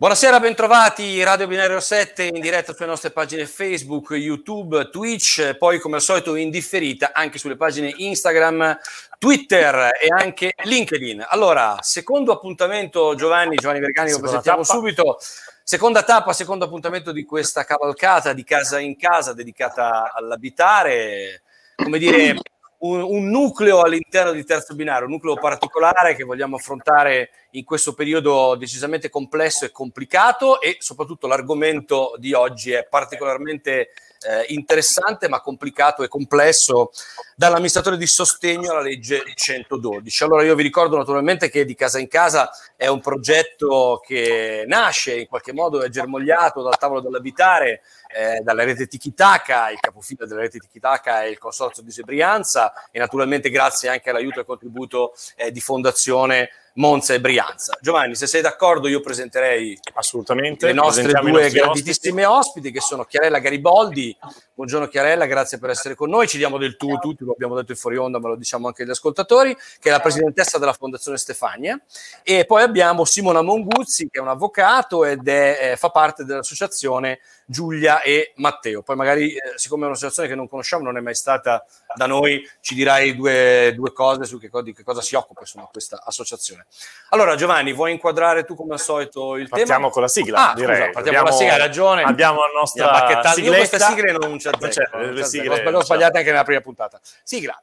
Buonasera, bentrovati, Radio Binario 7 in diretta sulle nostre pagine Facebook, YouTube, Twitch, poi come al solito in differita anche sulle pagine Instagram, Twitter e anche LinkedIn. Allora, secondo appuntamento, Giovanni Vergani, lo presentiamo subito. Seconda tappa, secondo appuntamento di questa cavalcata di casa in casa dedicata all'abitare, come dire, un nucleo all'interno di Terzo Binario, un nucleo particolare che vogliamo affrontare in questo periodo decisamente complesso e complicato, e soprattutto l'argomento di oggi è particolarmente interessante ma complicato e complesso, dall'amministratore di sostegno alla legge 112. Allora io vi ricordo naturalmente che Di Casa in Casa è un progetto che nasce in qualche modo, è germogliato dal tavolo dell'abitare, dalla rete Tiki-Taka. Il capofila della rete Tiki-Taka è il Consorzio di Brianza, e naturalmente grazie anche all'aiuto e al contributo di Fondazione Monza e Brianza. Giovanni, se sei d'accordo, io presenterei assolutamente le nostre due graditissime ospiti, che sono Chiarella Gariboldi. Buongiorno Chiarella, grazie per essere con noi. Ci diamo del tu tutti, lo abbiamo detto in fuori onda, ma lo diciamo anche agli ascoltatori, che è la presidentessa della Fondazione Stefania. E poi abbiamo Simona Monguzzi, che è un avvocato ed fa parte dell'associazione Giulia e Matteo. Poi magari, siccome è un'associazione che non conosciamo, non è mai stata da noi, ci dirai due cose su di che cosa si occupa, insomma, questa associazione. Allora Giovanni, vuoi inquadrare tu come al solito il tema? Partiamo con la sigla, direi. Scusa, partiamo con la sigla, hai ragione. Abbiamo la nostra sigletta. Io queste sigle non ci azzecco. L'ho sbagliata anche nella prima puntata. Sigla.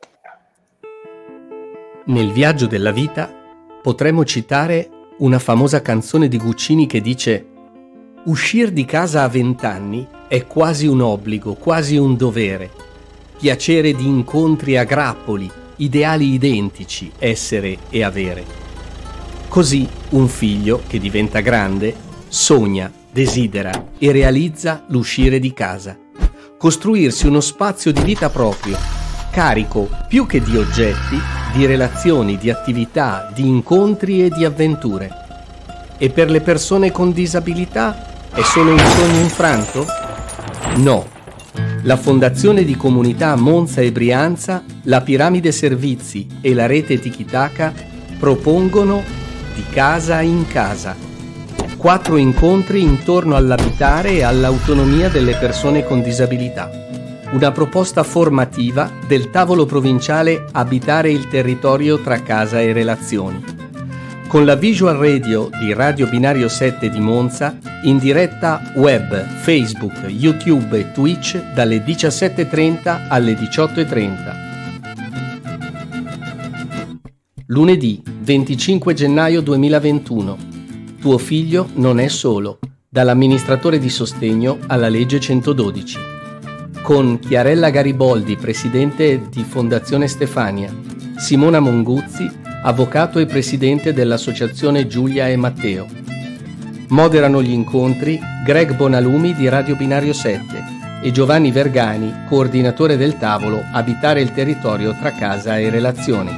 Nel viaggio della vita potremmo citare una famosa canzone di Guccini che dice: uscir di casa a 20 anni è quasi un obbligo, quasi un dovere. Piacere di incontri a grappoli, ideali identici, essere e avere. Così un figlio che diventa grande sogna, desidera e realizza l'uscire di casa. Costruirsi uno spazio di vita proprio, carico più che di oggetti, di relazioni, di attività, di incontri e di avventure. E per le persone con disabilità è solo un sogno infranto? No. La Fondazione di Comunità Monza e Brianza, la Piramide Servizi e la rete Tiki-Taka propongono Di Casa in Casa. 4 incontri intorno all'abitare e all'autonomia delle persone con disabilità. Una proposta formativa del tavolo provinciale Abitare il territorio tra casa e relazioni. Con la visual radio di Radio Binario 7 di Monza, in diretta web, Facebook, YouTube e Twitch dalle 17.30 alle 18.30. Lunedì 25 gennaio 2021. Tuo figlio non è solo, dall'amministratore di sostegno alla legge 112. Con Chiarella Gariboldi, presidente di Fondazione Stefania, Simona Monguzzi, avvocato e presidente dell'associazione Giulia e Matteo. Moderano gli incontri Greg Bonalumi di Radio Binario 7 e Giovanni Vergani, coordinatore del tavolo Abitare il territorio tra casa e relazioni.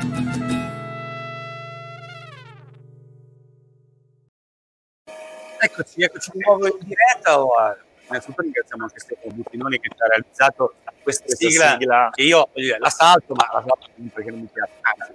Eccoci di nuovo in diretta. Innanzitutto ringraziamo anche Stefano Buttinoni che ci ha realizzato questa sigla che io la salto, ma la salto perché non mi piace.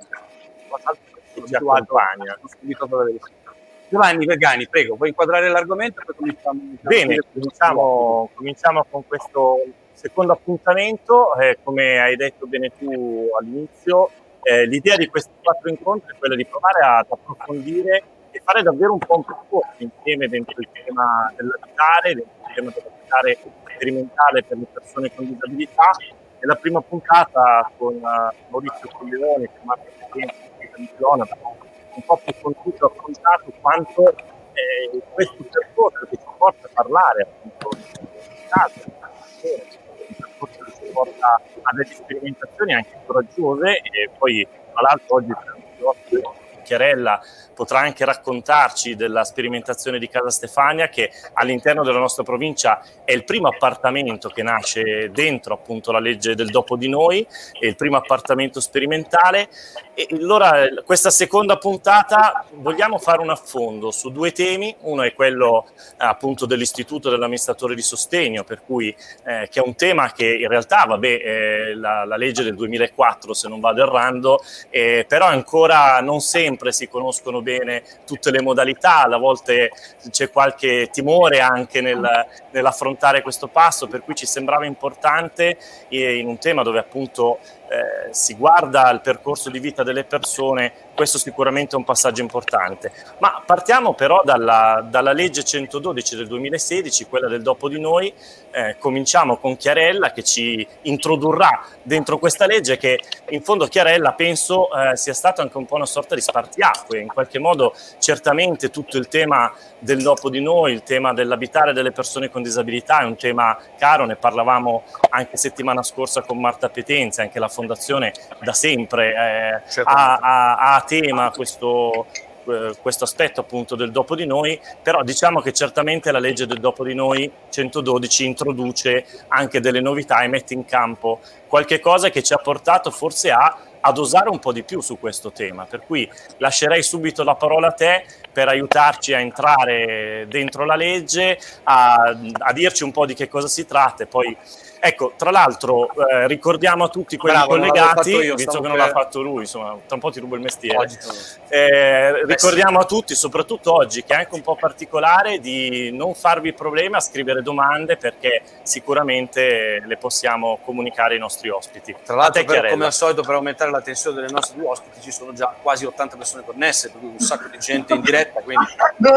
Giovanni Vergani, prego, vuoi inquadrare l'argomento? Bene, cominciamo con questo secondo appuntamento. Come hai detto bene tu all'inizio, l'idea di questi 4 incontri è quella di provare ad approfondire e fare davvero un po' un percorso insieme dentro il tema dell'abitare, dentro il tema dell'abitare sperimentale per le persone con disabilità. E la prima puntata con Maurizio Coglione, che è di zona, un po' più confuso, affrontato quanto questo percorso che ci porta a parlare appunto di casa, un percorso che ci porta a delle sperimentazioni anche coraggiose. E poi tra l'altro oggi Chiarella potrà anche raccontarci della sperimentazione di Casa Stefania, che all'interno della nostra provincia è il primo appartamento che nasce dentro appunto la legge del dopo di noi, è il primo appartamento sperimentale. E allora questa seconda puntata vogliamo fare un affondo su 2 temi. Uno è quello appunto dell'istituto dell'amministratore di sostegno, per cui che è un tema che in realtà la legge del 2004, se non vado errando, però ancora non sempre sempre si conoscono bene tutte le modalità, a volte c'è qualche timore anche nell'affrontare questo passo, per cui ci sembrava importante, in un tema dove appunto si guarda il percorso di vita delle persone, questo sicuramente è un passaggio importante. Ma partiamo però dalla legge 112 del 2016, quella del dopo di noi. Cominciamo con Chiarella, che ci introdurrà dentro questa legge, che in fondo Chiarella penso sia stato anche un po' una sorta di spartiacque. In qualche modo certamente tutto il tema del dopo di noi, il tema dell'abitare delle persone con disabilità è un tema caro, ne parlavamo anche settimana scorsa con Marta Petenza, anche la Fondazione da sempre ha a tema questo aspetto appunto del dopo di noi, però diciamo che certamente la legge del dopo di noi 112 introduce anche delle novità e mette in campo qualche cosa che ci ha portato forse ad osare un po' di più su questo tema, per cui lascerei subito la parola a te per aiutarci a entrare dentro la legge, a dirci un po' di che cosa si tratta e poi ecco, tra l'altro ricordiamo a tutti quelli collegati, visto che non l'ha fatto lui, insomma, tra un po' ti rubo il mestiere, ricordiamo a tutti, soprattutto oggi, che è anche un po' particolare, di non farvi problemi a scrivere domande, perché sicuramente le possiamo comunicare ai nostri ospiti. Tra l'altro, come al solito, per aumentare la tensione delle nostre due ospiti, ci sono già quasi 80 persone connesse, per cui un sacco di gente in diretta, quindi...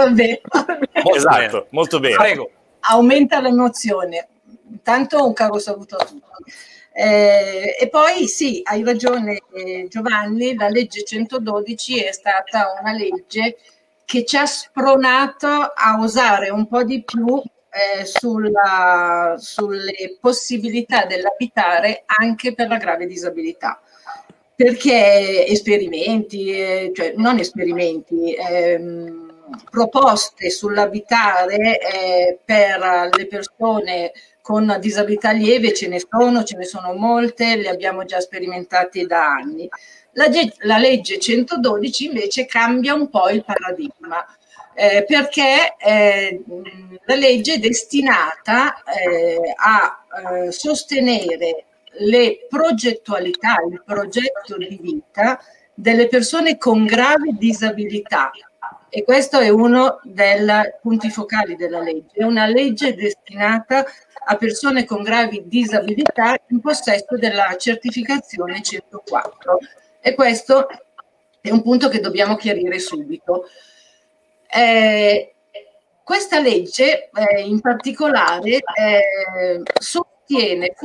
Molto bene. Prego. Aumenta l'emozione. Intanto un caro saluto a tutti. E poi sì, hai ragione Giovanni, la legge 112 è stata una legge che ci ha spronato a osare un po' di più sulle possibilità dell'abitare anche per la grave disabilità. Perché proposte sull'abitare per le persone con disabilità lieve ce ne sono molte, le abbiamo già sperimentate da anni. La legge 112 invece cambia un po' il paradigma, perché la legge è destinata a sostenere le progettualità, il progetto di vita delle persone con gravi disabilità. E questo è uno dei punti focali della legge. È una legge destinata a persone con gravi disabilità in possesso della certificazione 104. E questo è un punto che dobbiamo chiarire subito. Questa legge in particolare sostiene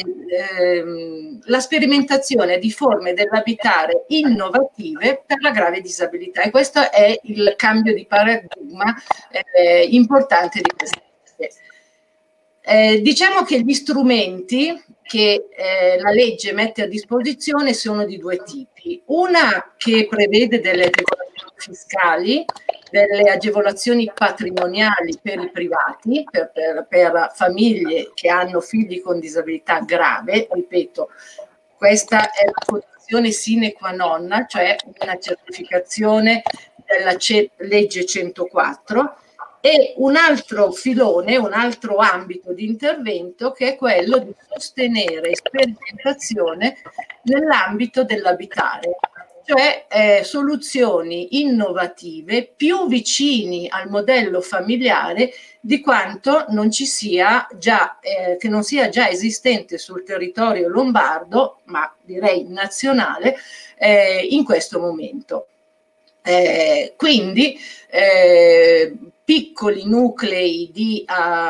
la sperimentazione di forme dell'abitare innovative per la grave disabilità, e questo è il cambio di paradigma importante di questa legge. Diciamo che gli strumenti che la legge mette a disposizione sono di due tipi: una che prevede delle agevolazioni fiscali, delle agevolazioni patrimoniali per i privati, per famiglie che hanno figli con disabilità grave. Ripeto, questa è la condizione sine qua non, cioè una certificazione della legge 104, e un altro filone, un altro ambito di intervento che è quello di sostenere sperimentazione nell'ambito dell'abitare, cioè soluzioni innovative più vicini al modello familiare di quanto non ci sia già, che non sia già esistente sul territorio lombardo, ma direi nazionale, in questo momento. Quindi piccoli nuclei di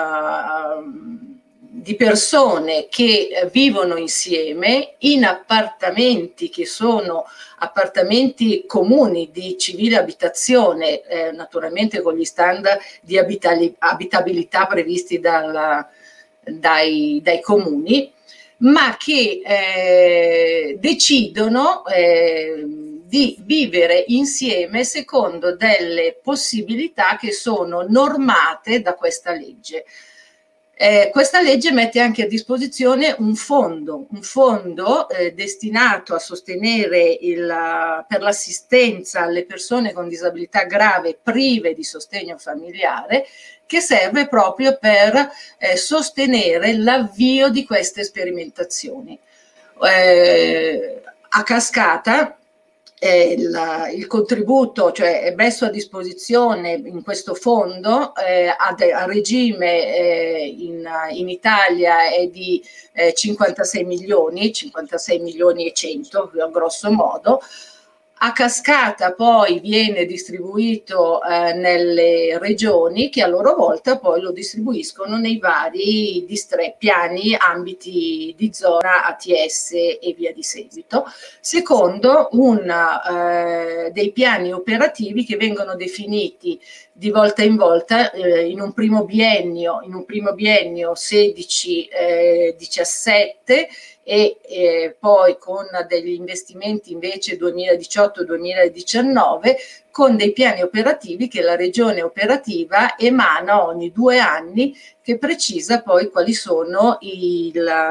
persone che vivono insieme in appartamenti che sono appartamenti comuni di civile abitazione, naturalmente con gli standard di abitabilità previsti dai comuni, ma che decidono di vivere insieme secondo delle possibilità che sono normate da questa legge. Questa legge mette anche a disposizione un fondo destinato a sostenere per l'assistenza alle persone con disabilità grave prive di sostegno familiare, che serve proprio per sostenere l'avvio di queste sperimentazioni. A cascata il contributo, cioè è messo a disposizione in questo fondo a regime in Italia è di 56 milioni e 100 a grosso modo. A cascata poi viene distribuito nelle regioni, che a loro volta poi lo distribuiscono nei vari piani, ambiti di zona, ATS e via di seguito, secondo dei piani operativi che vengono definiti di volta in volta in un primo biennio 16-17 e poi con degli investimenti invece 2018-2019, con dei piani operativi che la regione operativa emana ogni 2 anni, che precisa poi quali sono i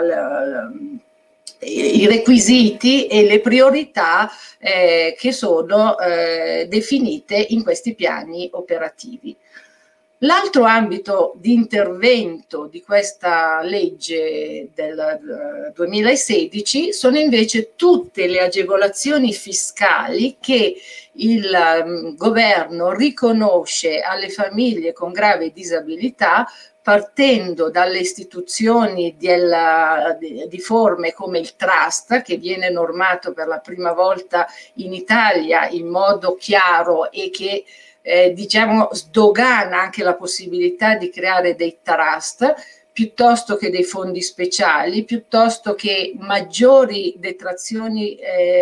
requisiti e le priorità che sono definite in questi piani operativi. L'altro ambito di intervento di questa legge del 2016 sono invece tutte le agevolazioni fiscali che il governo riconosce alle famiglie con grave disabilità, partendo dalle istituzioni di forme come il trust, che viene normato per la prima volta in Italia in modo chiaro e che sdogana anche la possibilità di creare dei trust, piuttosto che dei fondi speciali, piuttosto che maggiori deduzioni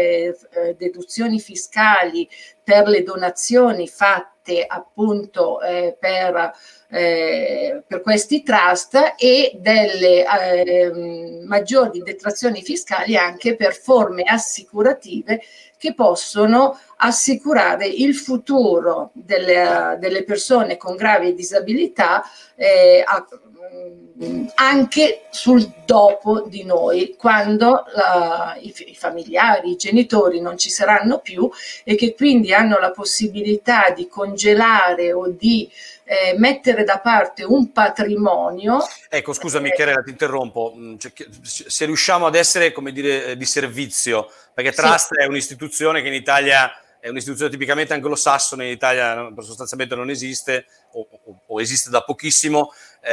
fiscali per le donazioni fatte appunto per questi trust, e delle maggiori detrazioni fiscali anche per forme assicurative che possono assicurare il futuro delle persone con gravi disabilità anche sul dopo di noi, quando i familiari, i genitori non ci saranno più, e che quindi hanno la possibilità di congelare o di mettere da parte un patrimonio. Ecco, scusami Chiarella, ti interrompo. Se riusciamo ad essere, come dire, di servizio, perché Trust è un'istituzione che in Italia è un'istituzione tipicamente anglosassone, in Italia sostanzialmente non esiste o esiste da pochissimo.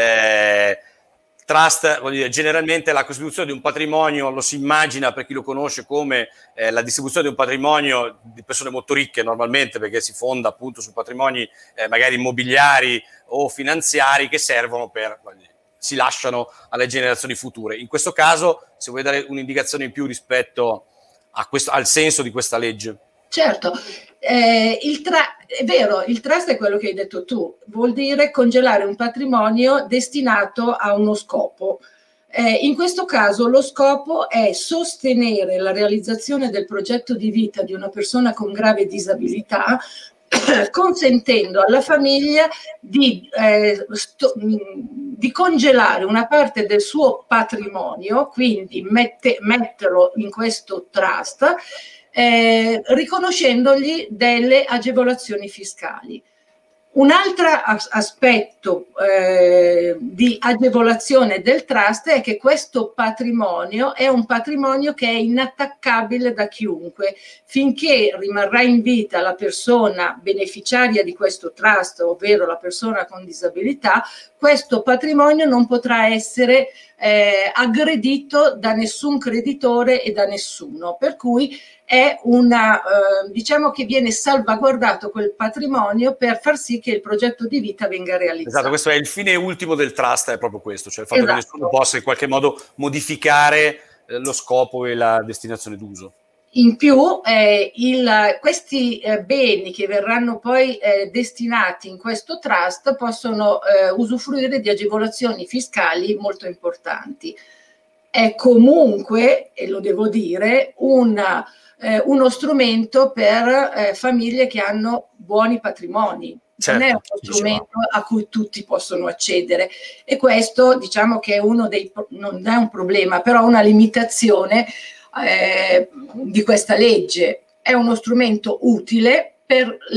Trust, voglio dire, generalmente la costituzione di un patrimonio lo si immagina, per chi lo conosce, come la distribuzione di un patrimonio di persone molto ricche normalmente, perché si fonda appunto su patrimoni magari immobiliari o finanziari che servono si lasciano alle generazioni future. In questo caso, se vuoi dare un'indicazione in più rispetto al senso di questa legge. Certo, è vero, il trust è quello che hai detto tu, vuol dire congelare un patrimonio destinato a uno scopo. In questo caso lo scopo è sostenere la realizzazione del progetto di vita di una persona con grave disabilità, consentendo alla famiglia di congelare una parte del suo patrimonio, quindi metterlo in questo trust, riconoscendogli delle agevolazioni fiscali. Un altro aspetto di agevolazione del trust è che questo patrimonio è un patrimonio che è inattaccabile da chiunque. Finché rimarrà in vita la persona beneficiaria di questo trust, ovvero la persona con disabilità, questo patrimonio non potrà essere aggredito da nessun creditore e da nessuno, per cui è diciamo che viene salvaguardato quel patrimonio per far sì che il progetto di vita venga realizzato. Esatto, questo è il fine ultimo del trust, è proprio questo, cioè il fatto che nessuno possa in qualche modo modificare lo scopo e la destinazione d'uso. In più, questi beni che verranno poi destinati in questo trust possono usufruire di agevolazioni fiscali molto importanti. È comunque, e lo devo dire, uno strumento per famiglie che hanno buoni patrimoni. Certo, non è uno strumento a cui tutti possono accedere, e questo diciamo che è non è un problema, però una limitazione di questa legge. È uno strumento utile per le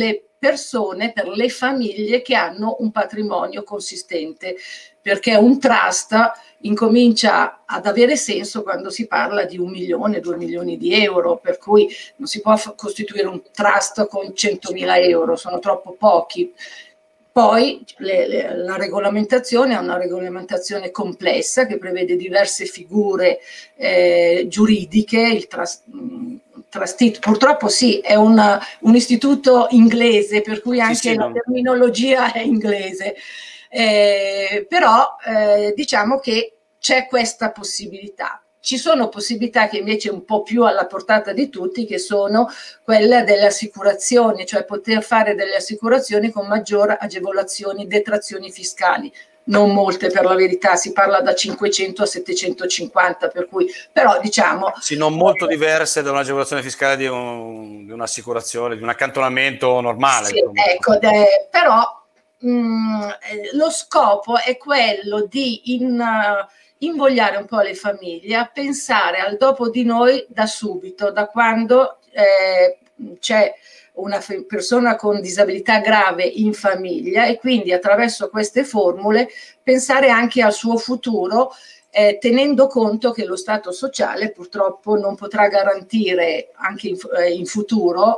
persone, per le famiglie che hanno un patrimonio consistente, perché un trust incomincia ad avere senso quando si parla di 1 milione, 2 milioni di euro, per cui non si può costituire un trust con 100.000 euro, sono troppo pochi. Poi la regolamentazione è una regolamentazione complessa che prevede diverse figure giuridiche. Il trustee purtroppo sì, è un istituto inglese, per cui anche la terminologia è inglese, però diciamo che c'è questa possibilità. Ci sono possibilità che invece un po' più alla portata di tutti, che sono quelle delle assicurazioni, cioè poter fare delle assicurazioni con maggior agevolazioni, detrazioni fiscali. Non molte, per la verità, si parla da 500 a 750, per cui, però diciamo... Sì, non molto diverse da un'agevolazione fiscale di un'assicurazione, di un accantonamento normale. Sì, ecco, però lo scopo è quello di invogliare un po' le famiglie a pensare al dopo di noi da subito, da quando c'è una persona con disabilità grave in famiglia, e quindi attraverso queste formule pensare anche al suo futuro, tenendo conto che lo Stato sociale purtroppo non potrà garantire anche in futuro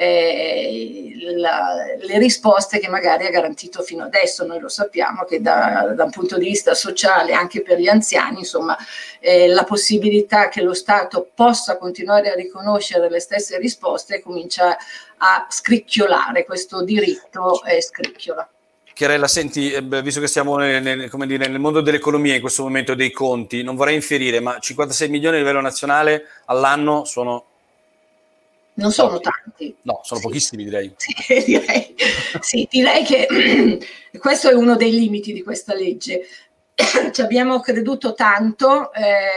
le risposte che magari ha garantito fino adesso. Noi lo sappiamo che da un punto di vista sociale, anche per gli anziani, insomma, la possibilità che lo Stato possa continuare a riconoscere le stesse risposte comincia a scricchiolare, questo diritto scricchiola. Chiarella, senti, visto che siamo nel mondo dell'economia in questo momento, dei conti, non vorrei infierire, ma 56 milioni a livello nazionale all'anno sono... Non sono tanti. No, sono pochissimi, direi. Sì, direi che questo è uno dei limiti di questa legge. Ci abbiamo creduto tanto,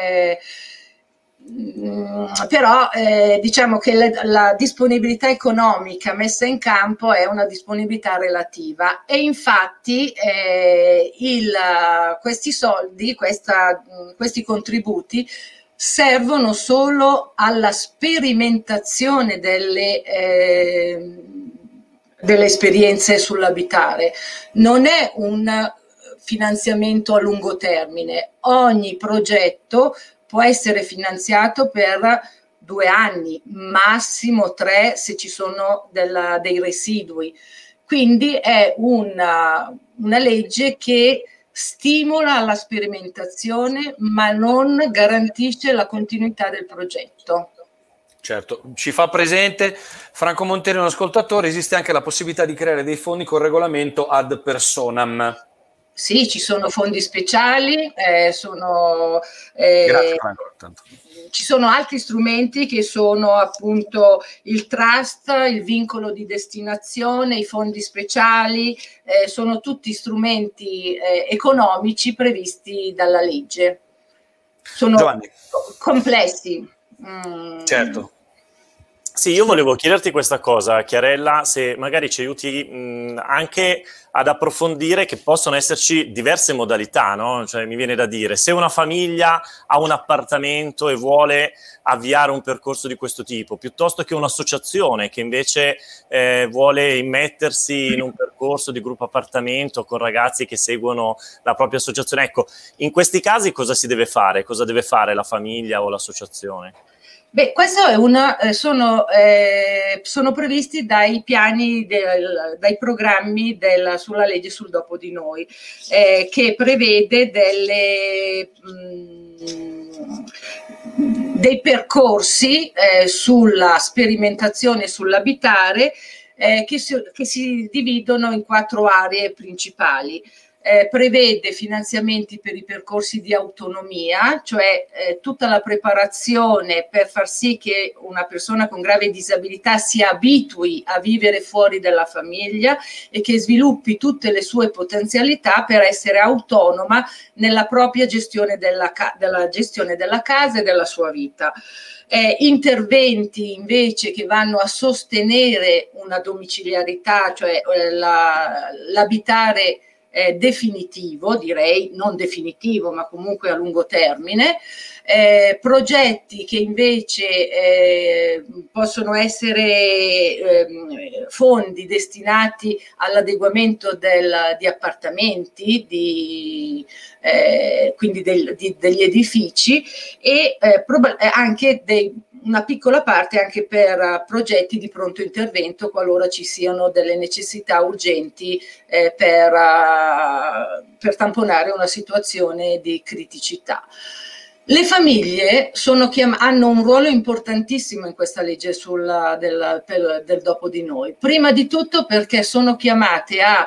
però diciamo che la disponibilità economica messa in campo è una disponibilità relativa, e infatti questi soldi, questi contributi servono solo alla sperimentazione delle esperienze sull'abitare. Non è un finanziamento a lungo termine. Ogni progetto può essere finanziato per 2 anni, massimo 3 se ci sono dei residui. Quindi è una legge che stimola la sperimentazione, ma non garantisce la continuità del progetto. Certo, ci fa presente Franco Monteri, un ascoltatore, esiste anche la possibilità di creare dei fondi con regolamento ad personam. Sì, ci sono fondi speciali, Grazie Franco. Tanto. Ci sono altri strumenti che sono appunto il trust, il vincolo di destinazione, i fondi speciali, sono tutti strumenti economici previsti dalla legge. Sono Giovanni. Complessi. Certo. Sì, io volevo chiederti questa cosa, Chiarella, se magari ci aiuti anche ad approfondire che possono esserci diverse modalità, no? Cioè, mi viene da dire, se una famiglia ha un appartamento e vuole avviare un percorso di questo tipo, piuttosto che un'associazione che invece vuole immettersi in un percorso di gruppo appartamento con ragazzi che seguono la propria associazione. Ecco, in questi casi cosa si deve fare? Cosa deve fare la famiglia o l'associazione? Beh, questo è sono previsti dai piani, dai programmi sulla legge sul dopo di noi, che prevede dei percorsi sulla sperimentazione sull'abitare che si dividono in 4 aree principali. Prevede finanziamenti per i percorsi di autonomia, cioè tutta la preparazione per far sì che una persona con grave disabilità si abitui a vivere fuori dalla famiglia e che sviluppi tutte le sue potenzialità per essere autonoma nella propria gestione della gestione della casa e della sua vita. Interventi invece che vanno a sostenere una domiciliarità, cioè l'abitare definitivo, direi non definitivo, ma comunque a lungo termine, progetti che invece possono essere fondi destinati all'adeguamento di appartamenti, quindi degli edifici, e anche una piccola parte anche per progetti di pronto intervento qualora ci siano delle necessità urgenti per tamponare una situazione di criticità. Le famiglie hanno un ruolo importantissimo in questa legge del dopo di noi. Prima di tutto perché sono chiamate a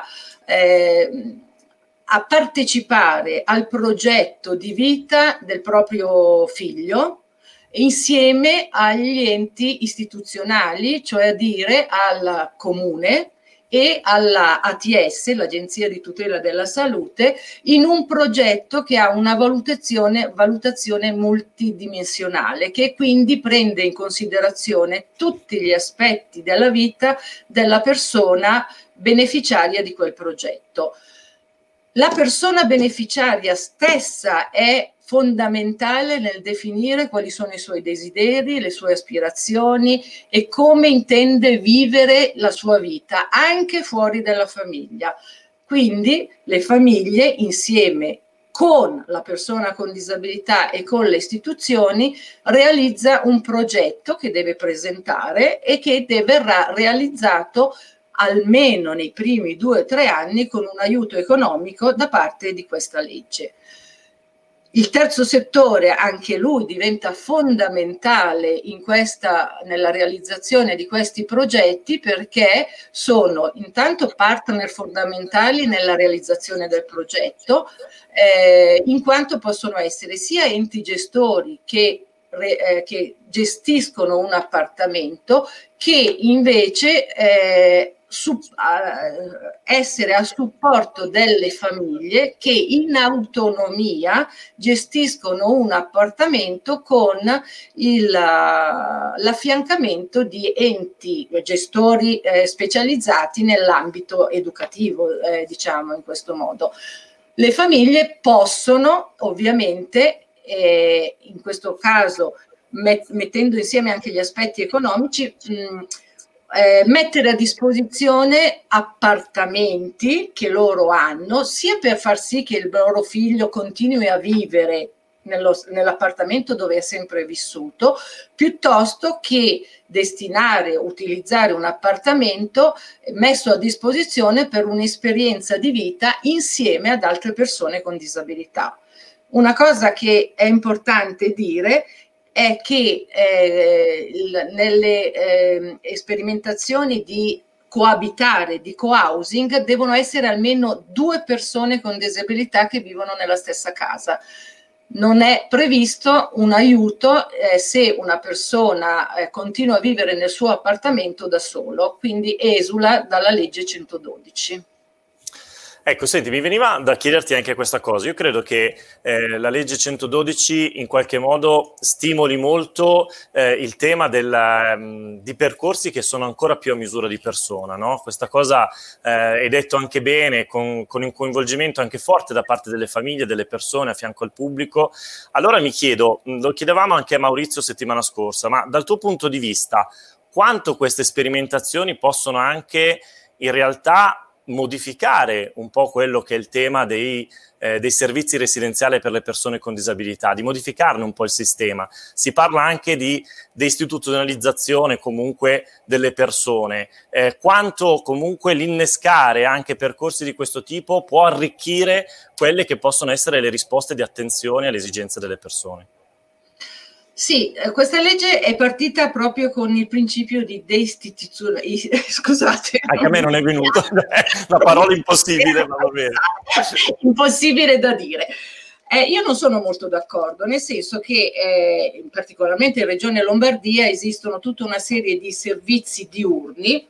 partecipare al progetto di vita del proprio figlio insieme agli enti istituzionali, cioè a dire al comune e alla ATS, l'Agenzia di Tutela della Salute, in un progetto che ha una valutazione multidimensionale, che quindi prende in considerazione tutti gli aspetti della vita della persona beneficiaria di quel progetto. La persona beneficiaria stessa è fondamentale nel definire quali sono i suoi desideri, le sue aspirazioni e come intende vivere la sua vita, anche fuori dalla famiglia. Quindi le famiglie, insieme con la persona con disabilità e con le istituzioni, realizza un progetto che deve presentare e che verrà realizzato almeno nei primi 2 o 3 anni con un aiuto economico da parte di questa legge. Il terzo settore, anche lui, diventa fondamentale nella realizzazione di questi progetti, perché sono intanto partner fondamentali nella realizzazione del progetto, in quanto possono essere sia enti gestori che gestiscono un appartamento, che invece essere a supporto delle famiglie che in autonomia gestiscono un appartamento con l'affiancamento di enti gestori specializzati nell'ambito educativo, diciamo in questo modo. Le famiglie possono ovviamente, in questo caso mettendo insieme anche gli aspetti economici, mettere a disposizione appartamenti che loro hanno, sia per far sì che il loro figlio continui a vivere nell'appartamento dove è sempre vissuto, piuttosto che utilizzare un appartamento messo a disposizione per un'esperienza di vita insieme ad altre persone con disabilità. Una cosa che è importante dire è che nelle sperimentazioni di coabitare, di co-housing, devono essere almeno 2 persone con disabilità che vivono nella stessa casa. Non è previsto un aiuto se una persona continua a vivere nel suo appartamento da solo, quindi esula dalla legge 112. Ecco, senti, mi veniva da chiederti anche questa cosa. Io credo che la legge 112 in qualche modo stimoli molto il tema di percorsi che sono ancora più a misura di persona, no? Questa cosa è detto anche bene, con un coinvolgimento anche forte da parte delle famiglie, delle persone a fianco al pubblico. Allora mi chiedo, lo chiedevamo anche a Maurizio settimana scorsa, ma dal tuo punto di vista, quanto queste sperimentazioni possono anche in realtà modificare un po' quello che è il tema dei servizi residenziali per le persone con disabilità, di modificarne un po' il sistema. Si parla anche di istituzionalizzazione comunque delle persone, quanto comunque l'innescare anche percorsi di questo tipo può arricchire quelle che possono essere le risposte di attenzione alle esigenze delle persone. Sì, questa legge è partita proprio con il principio di scusate. Anche a me non è venuto, la parola impossibile, ma va bene. Impossibile da dire. Io non sono molto d'accordo, nel senso che particolarmente in Regione Lombardia esistono tutta una serie di servizi diurni,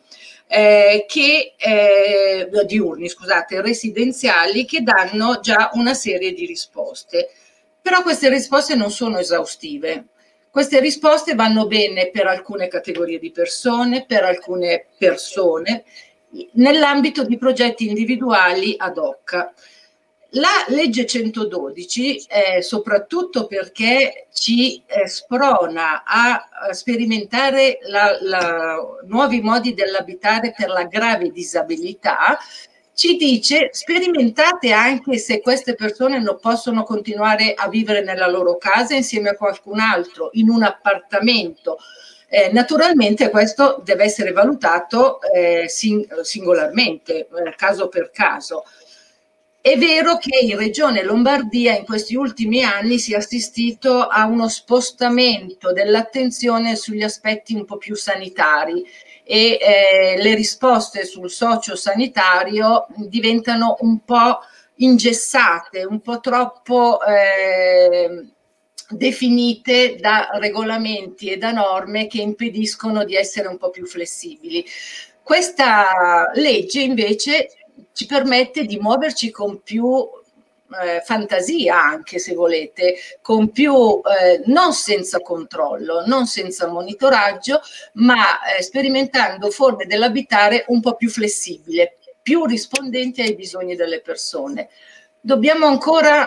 residenziali, che danno già una serie di risposte. Però queste risposte non sono esaustive. Queste risposte vanno bene per alcune categorie di persone, per alcune persone, nell'ambito di progetti individuali ad hoc. La legge 112, soprattutto perché ci sprona a sperimentare nuovi modi dell'abitare per la grave disabilità, ci dice: sperimentate anche se queste persone non possono continuare a vivere nella loro casa insieme a qualcun altro, in un appartamento. Naturalmente questo deve essere valutato singolarmente, caso per caso. È vero che in Regione Lombardia in questi ultimi anni si è assistito a uno spostamento dell'attenzione sugli aspetti un po' più sanitari e le risposte sul sociosanitario diventano un po' ingessate, un po' troppo definite da regolamenti e da norme che impediscono di essere un po' più flessibili. Questa legge invece ci permette di muoverci con più fantasia, anche se volete, con più non senza controllo, non senza monitoraggio, ma sperimentando forme dell'abitare un po' più flessibile, più rispondenti ai bisogni delle persone. Dobbiamo ancora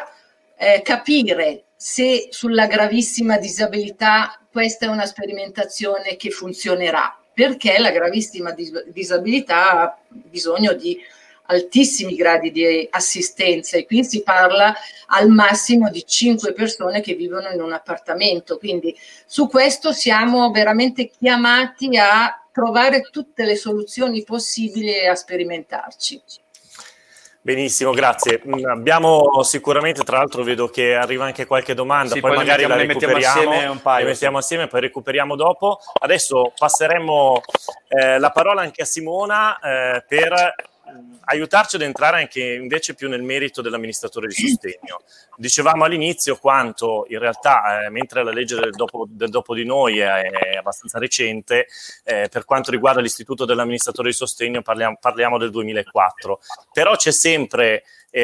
capire se sulla gravissima disabilità questa è una sperimentazione che funzionerà, perché la gravissima disabilità ha bisogno di altissimi gradi di assistenza e qui si parla al massimo di 5 persone che vivono in un appartamento, quindi su questo siamo veramente chiamati a trovare tutte le soluzioni possibili e a sperimentarci. Benissimo, grazie. Abbiamo sicuramente, tra l'altro vedo che arriva anche qualche domanda, sì, poi magari la recuperiamo, le mettiamo assieme, poi recuperiamo dopo. Adesso passeremo la parola anche a Simona per aiutarci ad entrare anche invece più nel merito dell'amministratore di sostegno. Dicevamo all'inizio quanto in realtà, mentre la legge del dopo di noi è abbastanza recente, per quanto riguarda l'istituto dell'amministratore di sostegno parliamo del 2004, però c'è sempre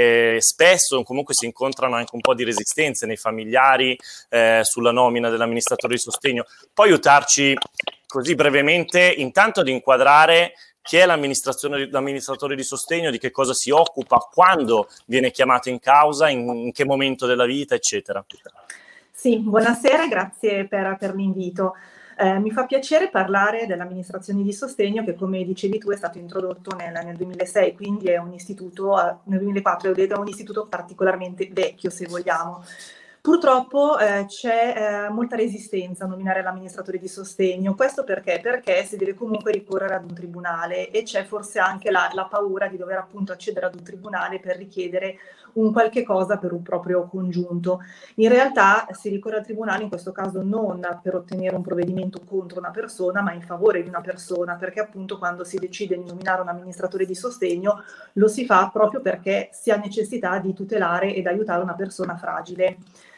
spesso comunque si incontrano anche un po' di resistenze nei familiari sulla nomina dell'amministratore di sostegno. Può aiutarci così brevemente intanto ad inquadrare chi è l'amministratore di sostegno, di che cosa si occupa, quando viene chiamato in causa, in che momento della vita, eccetera. Sì, buonasera e grazie per l'invito. Mi fa piacere parlare dell'amministrazione di sostegno che, come dicevi tu, è stato introdotto nel 2006, quindi è un istituto, nel 2004 è un istituto particolarmente vecchio, se vogliamo. Purtroppo c'è molta resistenza a nominare l'amministratore di sostegno. Questo perché? Perché si deve comunque ricorrere ad un tribunale e c'è forse anche la paura di dover appunto accedere ad un tribunale per richiedere un qualche cosa per un proprio congiunto. In realtà si ricorre al tribunale in questo caso non per ottenere un provvedimento contro una persona, ma in favore di una persona, perché appunto quando si decide di nominare un amministratore di sostegno lo si fa proprio perché si ha necessità di tutelare ed aiutare una persona fragile.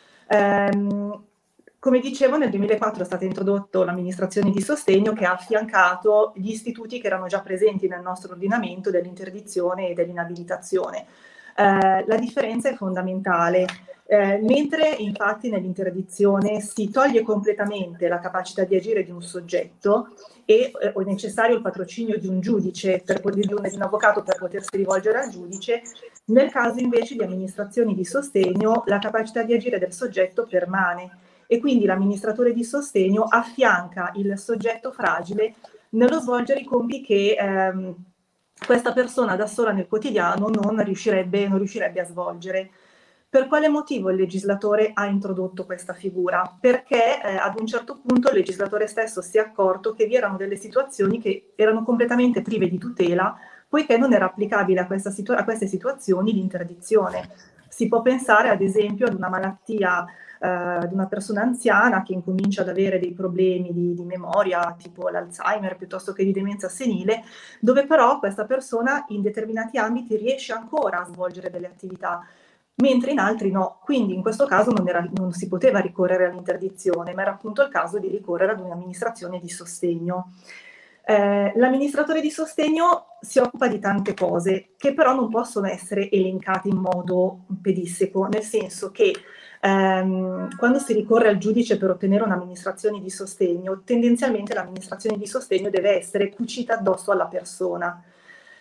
Come dicevo, nel 2004 è stata introdotta l'amministrazione di sostegno che ha affiancato gli istituti che erano già presenti nel nostro ordinamento dell'interdizione e dell'inabilitazione. La differenza è fondamentale. Mentre infatti nell'interdizione si toglie completamente la capacità di agire di un soggetto e è necessario il patrocinio di un giudice, di un avvocato per potersi rivolgere al giudice, nel caso invece di amministrazioni di sostegno la capacità di agire del soggetto permane e quindi l'amministratore di sostegno affianca il soggetto fragile nello svolgere i compiti che questa persona da sola nel quotidiano non riuscirebbe a svolgere. Per quale motivo il legislatore ha introdotto questa figura? Perché ad un certo punto il legislatore stesso si è accorto che vi erano delle situazioni che erano completamente prive di tutela, poiché non era applicabile a queste situazioni l'interdizione. Si può pensare ad esempio ad una malattia di una persona anziana che incomincia ad avere dei problemi di memoria, tipo l'Alzheimer piuttosto che di demenza senile, dove però questa persona in determinati ambiti riesce ancora a svolgere delle attività, mentre in altri no. Quindi in questo caso non si poteva ricorrere all'interdizione, ma era appunto il caso di ricorrere ad un'amministrazione di sostegno. L'amministratore di sostegno si occupa di tante cose che però non possono essere elencate in modo pedissequo, nel senso che quando si ricorre al giudice per ottenere un'amministrazione di sostegno, tendenzialmente l'amministrazione di sostegno deve essere cucita addosso alla persona.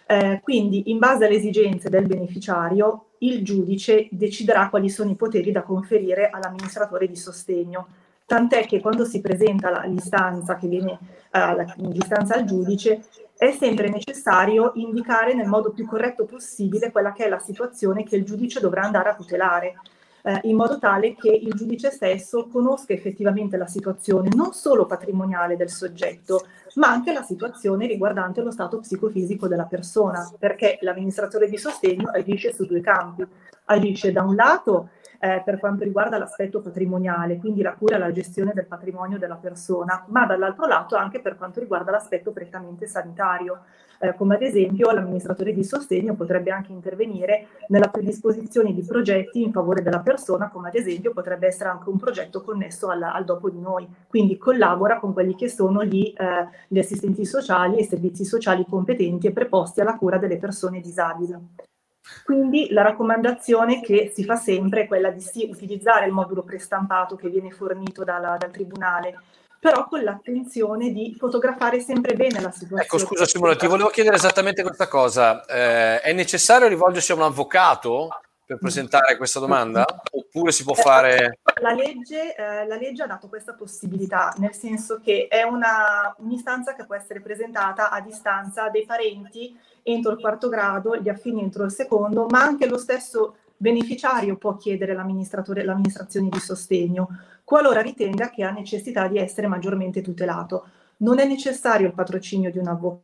Quindi, in base alle esigenze del beneficiario, il giudice deciderà quali sono i poteri da conferire all'amministratore di sostegno. Tant'è che quando si presenta l'istanza che viene l'istanza al giudice, è sempre necessario indicare nel modo più corretto possibile quella che è la situazione che il giudice dovrà andare a tutelare, in modo tale che il giudice stesso conosca effettivamente la situazione non solo patrimoniale del soggetto, ma anche la situazione riguardante lo stato psicofisico della persona, perché l'amministratore di sostegno agisce su due campi. Agisce da un lato per quanto riguarda l'aspetto patrimoniale, quindi la cura e la gestione del patrimonio della persona, ma dall'altro lato anche per quanto riguarda l'aspetto prettamente sanitario, come ad esempio l'amministratore di sostegno potrebbe anche intervenire nella predisposizione di progetti in favore della persona, come ad esempio potrebbe essere anche un progetto connesso al dopo di noi, quindi collabora con quelli che sono gli assistenti sociali e i servizi sociali competenti e preposti alla cura delle persone disabili. Quindi la raccomandazione che si fa sempre è quella di sì, utilizzare il modulo prestampato che viene fornito dal tribunale, però con l'attenzione di fotografare sempre bene la situazione. Ecco, scusa Simona, ti volevo chiedere esattamente questa cosa. È necessario rivolgersi a un avvocato per presentare questa domanda? Oppure si può fare... La legge ha dato questa possibilità, nel senso che è un'istanza che può essere presentata a distanza dei parenti entro il quarto grado, gli affini entro il secondo, ma anche lo stesso beneficiario può chiedere l'amministrazione di sostegno, qualora ritenga che ha necessità di essere maggiormente tutelato. Non è necessario il patrocinio di un avvocato.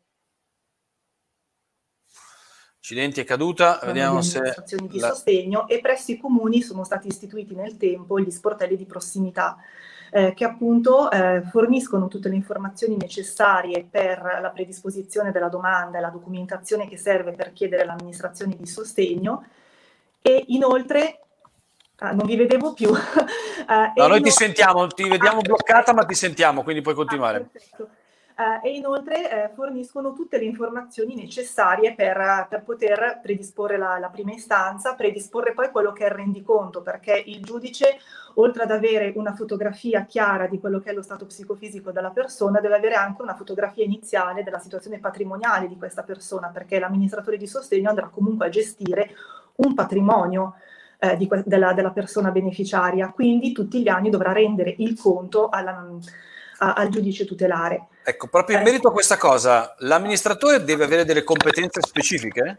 Accidenti, è caduta, vediamo se... Amministrazioni di sostegno, e presso i comuni sono stati istituiti nel tempo gli sportelli di prossimità, che appunto forniscono tutte le informazioni necessarie per la predisposizione della domanda e la documentazione che serve per chiedere l'amministrazione di sostegno, e inoltre non vi vedevo più. No, noi ti sentiamo, ti vediamo bloccata, ma ti sentiamo, quindi puoi continuare. Perfetto. E inoltre forniscono tutte le informazioni necessarie per poter predisporre la prima istanza, predisporre poi quello che è il rendiconto, perché il giudice, oltre ad avere una fotografia chiara di quello che è lo stato psicofisico della persona, deve avere anche una fotografia iniziale della situazione patrimoniale di questa persona, perché l'amministratore di sostegno andrà comunque a gestire un patrimonio della persona beneficiaria, quindi tutti gli anni dovrà rendere il conto al giudice tutelare. Ecco, proprio in merito a questa cosa, l'amministratore deve avere delle competenze specifiche?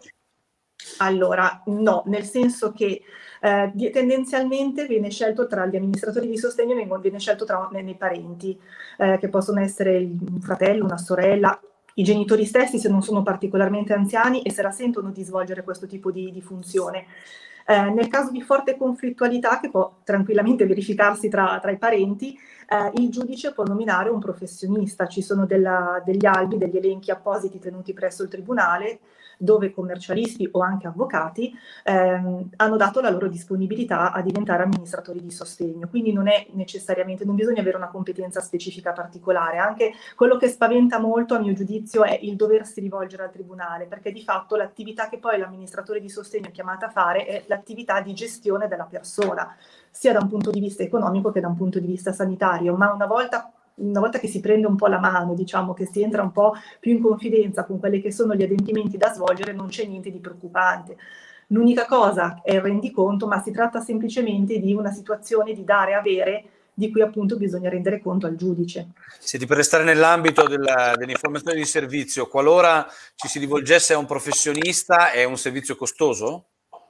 Allora, no, nel senso che tendenzialmente viene scelto tra gli amministratori di sostegno, viene scelto nei parenti, che possono essere un fratello, una sorella, i genitori stessi se non sono particolarmente anziani e se la sentono di svolgere questo tipo di funzione. Nel caso di forte conflittualità, che può tranquillamente verificarsi tra i parenti, il giudice può nominare un professionista. Ci sono degli albi, degli elenchi appositi tenuti presso il tribunale, dove commercialisti o anche avvocati hanno dato la loro disponibilità a diventare amministratori di sostegno. Quindi non bisogna avere una competenza specifica particolare. Anche quello che spaventa molto, a mio giudizio, è il doversi rivolgere al tribunale, perché di fatto l'attività che poi l'amministratore di sostegno è chiamato a fare è l'attività di gestione della persona, sia da un punto di vista economico che da un punto di vista sanitario, ma una volta che si prende un po' la mano, diciamo che si entra un po' più in confidenza con quelli che sono gli adempimenti da svolgere, non c'è niente di preoccupante. L'unica cosa è il rendiconto, ma si tratta semplicemente di una situazione di dare e avere, di cui appunto bisogna rendere conto al giudice. Senti, per restare nell'ambito dell'informazione di servizio, qualora ci si rivolgesse a un professionista, è un servizio costoso?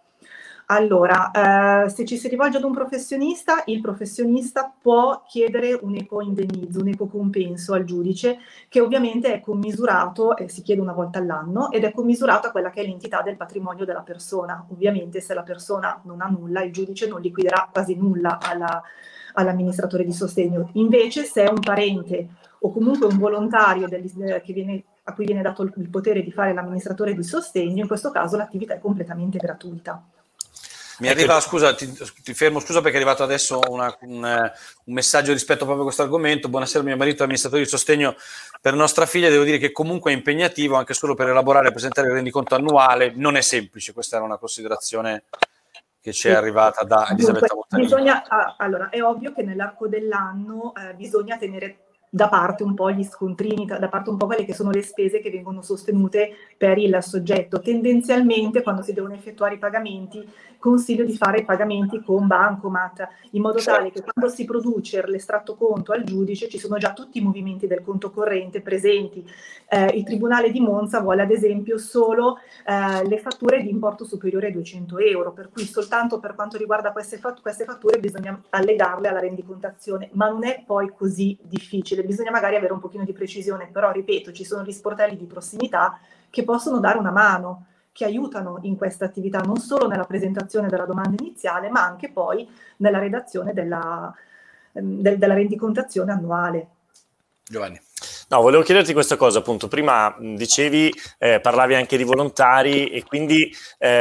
Allora, se ci si rivolge ad un professionista, il professionista può chiedere un ecoindennizzo, un ecocompenso al giudice, che ovviamente è commisurato, si chiede una volta all'anno, ed è commisurato a quella che è l'entità del patrimonio della persona. Ovviamente se la persona non ha nulla, il giudice non liquiderà quasi nulla all'amministratore di sostegno. Invece se è un parente o comunque un volontario a cui viene dato il potere di fare l'amministratore di sostegno, in questo caso l'attività è completamente gratuita. Mi arriva, scusa, ti fermo, scusa perché è arrivato adesso un messaggio rispetto proprio a questo argomento. Buonasera, mio marito è amministratore di sostegno per nostra figlia, devo dire che comunque è impegnativo anche solo per elaborare e presentare il rendiconto annuale, non è semplice, questa era una considerazione che ci è arrivata da Elisabetta Montanini. Allora, è ovvio che nell'arco dell'anno bisogna tenere da parte un po' gli scontrini, da parte un po' quelle che sono le spese che vengono sostenute per il soggetto. Tendenzialmente, quando si devono effettuare i pagamenti, consiglio di fare i pagamenti con bancomat, in modo tale che quando si produce l'estratto conto al giudice ci sono già tutti i movimenti del conto corrente presenti. Il Tribunale di Monza vuole ad esempio solo le fatture di importo superiore ai 200 euro, per cui soltanto per quanto riguarda queste fatture bisogna allegarle alla rendicontazione, ma non è poi così difficile, bisogna magari avere un pochino di precisione, però ripeto, ci sono gli sportelli di prossimità che possono dare una mano, che aiutano in questa attività, non solo nella presentazione della domanda iniziale, ma anche poi nella redazione della rendicontazione annuale. Giovanni. No, volevo chiederti questa cosa, appunto, prima dicevi, parlavi anche di volontari e quindi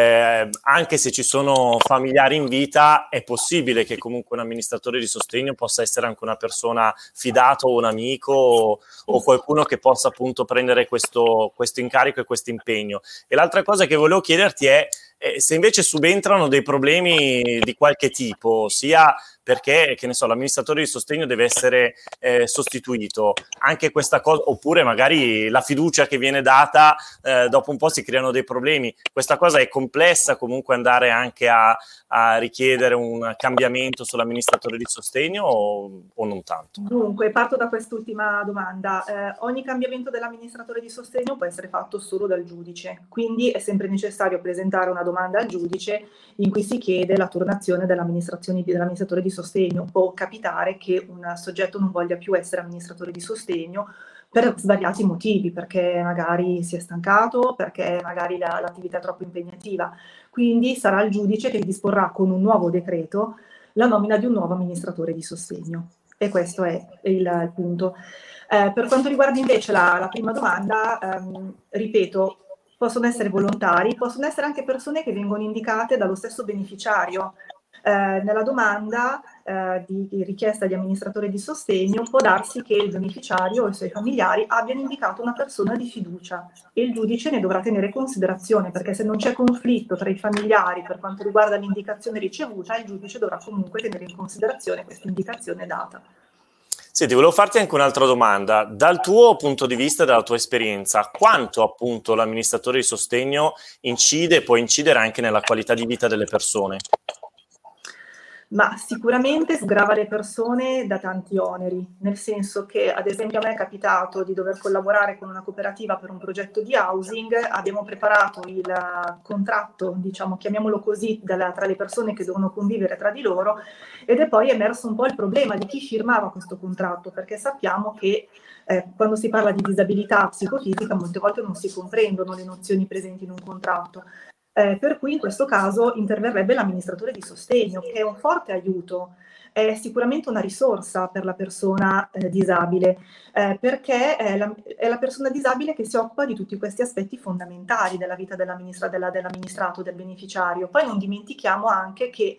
anche se ci sono familiari in vita è possibile che comunque un amministratore di sostegno possa essere anche una persona fidata o un amico o qualcuno che possa appunto prendere questo incarico e questo impegno. E l'altra cosa che volevo chiederti è se invece subentrano dei problemi di qualche tipo, sia perché, che ne so, l'amministratore di sostegno deve essere sostituito, anche questa cosa, oppure magari la fiducia che viene data, dopo un po' si creano dei problemi. Questa cosa è complessa comunque andare anche a richiedere un cambiamento sull'amministratore di sostegno o non tanto? Dunque, parto da quest'ultima domanda. Ogni cambiamento dell'amministratore di sostegno può essere fatto solo dal giudice, quindi è sempre necessario presentare una domanda al giudice in cui si chiede la turnazione dell'amministratore di sostegno. Può capitare che un soggetto non voglia più essere amministratore di sostegno per svariati motivi, perché magari si è stancato, perché magari l'attività è troppo impegnativa. Quindi sarà il giudice che disporrà con un nuovo decreto la nomina di un nuovo amministratore di sostegno. E questo è il punto. Per quanto riguarda invece la prima domanda, ripeto, possono essere volontari, possono essere anche persone che vengono indicate dallo stesso beneficiario. Nella domanda di richiesta di amministratore di sostegno può darsi che il beneficiario o i suoi familiari abbiano indicato una persona di fiducia e il giudice ne dovrà tenere considerazione, perché se non c'è conflitto tra i familiari per quanto riguarda l'indicazione ricevuta, il giudice dovrà comunque tenere in considerazione questa indicazione data. Senti, volevo farti anche un'altra domanda. Dal tuo punto di vista, dalla tua esperienza, quanto appunto l'amministratore di sostegno incide e può incidere anche nella qualità di vita delle persone? Ma sicuramente sgrava le persone da tanti oneri, nel senso che ad esempio a me è capitato di dover collaborare con una cooperativa per un progetto di housing, abbiamo preparato il contratto, diciamo, chiamiamolo così, tra le persone che devono convivere tra di loro, ed è poi emerso un po' il problema di chi firmava questo contratto, perché sappiamo che quando si parla di disabilità psicofisica molte volte non si comprendono le nozioni presenti in un contratto. Per cui in questo caso interverrebbe l'amministratore di sostegno, che è un forte aiuto, è sicuramente una risorsa per la persona disabile, perché è la persona disabile che si occupa di tutti questi aspetti fondamentali della vita dell'amministrato, del beneficiario. Poi non dimentichiamo anche che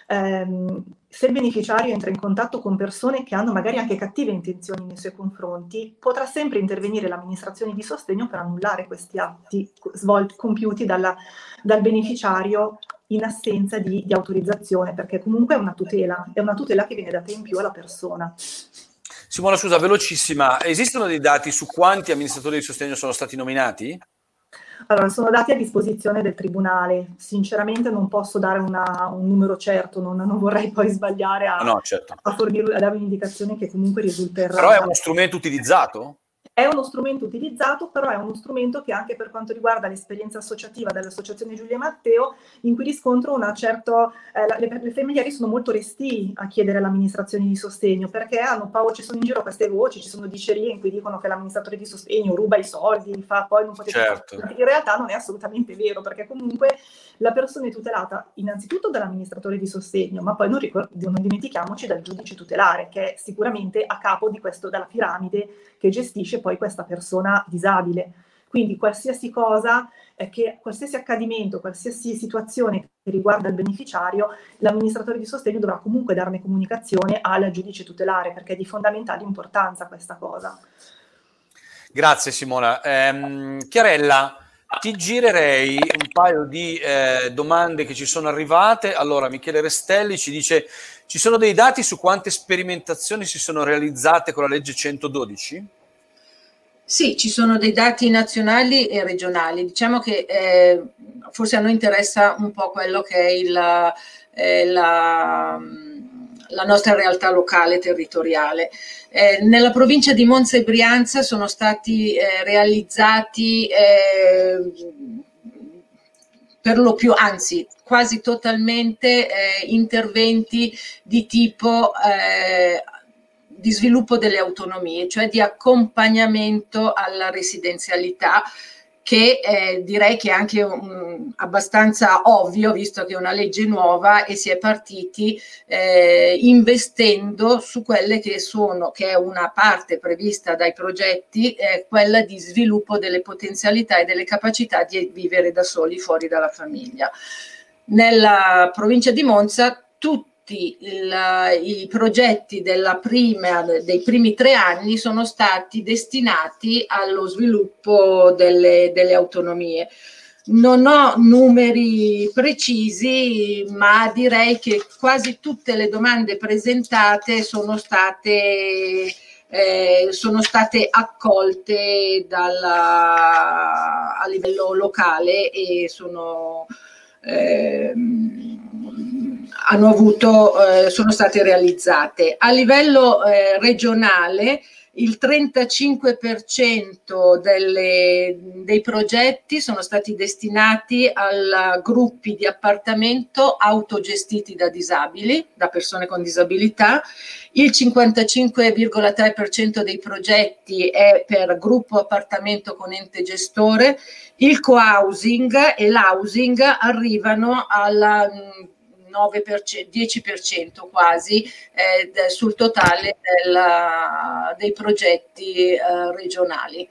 se il beneficiario entra in contatto con persone che hanno magari anche cattive intenzioni nei suoi confronti, potrà sempre intervenire l'amministrazione di sostegno per annullare questi atti compiuti dal beneficiario in assenza di autorizzazione, perché comunque è una tutela che viene data in più alla persona. Simona, scusa, velocissima, esistono dei dati su quanti amministratori di sostegno sono stati nominati? Allora, sono dati a disposizione del Tribunale. Sinceramente non posso dare un numero certo, non vorrei poi sbagliare a dare un'indicazione che comunque risulta errata. Però è uno strumento utilizzato? È uno strumento utilizzato, però è uno strumento che anche per quanto riguarda l'esperienza associativa dell'Associazione Giulia Matteo, in cui riscontro una certa... le familiari sono molto restii a chiedere all'amministrazione di sostegno, perché hanno paura, ci sono in giro queste voci, ci sono dicerie in cui dicono che l'amministratore di sostegno ruba i soldi, li fa, poi non potete... Certo. In realtà non è assolutamente vero, perché comunque la persona è tutelata innanzitutto dall'amministratore di sostegno, ma poi non dimentichiamoci dal giudice tutelare, che è sicuramente a capo di questo, della piramide che gestisce poi questa persona disabile. Quindi qualsiasi cosa, qualsiasi accadimento, qualsiasi situazione che riguarda il beneficiario, l'amministratore di sostegno dovrà comunque darne comunicazione al giudice tutelare, perché è di fondamentale importanza questa cosa. Grazie Simona. Chiarella, Ti girerei un paio di domande che ci sono arrivate. Allora, Michele Restelli ci dice: ci sono dei dati su quante sperimentazioni si sono realizzate con la legge 112? Sì, ci sono dei dati nazionali e regionali. Diciamo che forse a noi interessa un po' quello che è la nostra realtà locale, territoriale. Nella provincia di Monza e Brianza sono stati realizzati per lo più, anzi quasi totalmente, interventi di tipo di sviluppo delle autonomie, cioè di accompagnamento alla residenzialità, che direi che è anche abbastanza ovvio, visto che è una legge nuova e si è partiti investendo su quelle che è una parte prevista dai progetti, quella di sviluppo delle potenzialità e delle capacità di vivere da soli fuori dalla famiglia. Nella provincia di Monza tutti i progetti dei primi 3 anni sono stati destinati allo sviluppo delle autonomie. Non ho numeri precisi, ma direi che quasi tutte le domande presentate sono state accolte a livello locale e sono state realizzate. A livello regionale il 35% dei progetti sono stati destinati a gruppi di appartamento autogestiti da disabili, da persone con disabilità. Il 55,3% dei progetti è per gruppo appartamento con ente gestore. Il co-housing e l'housing arrivano alla 9%, 10% quasi sul totale dei progetti regionali.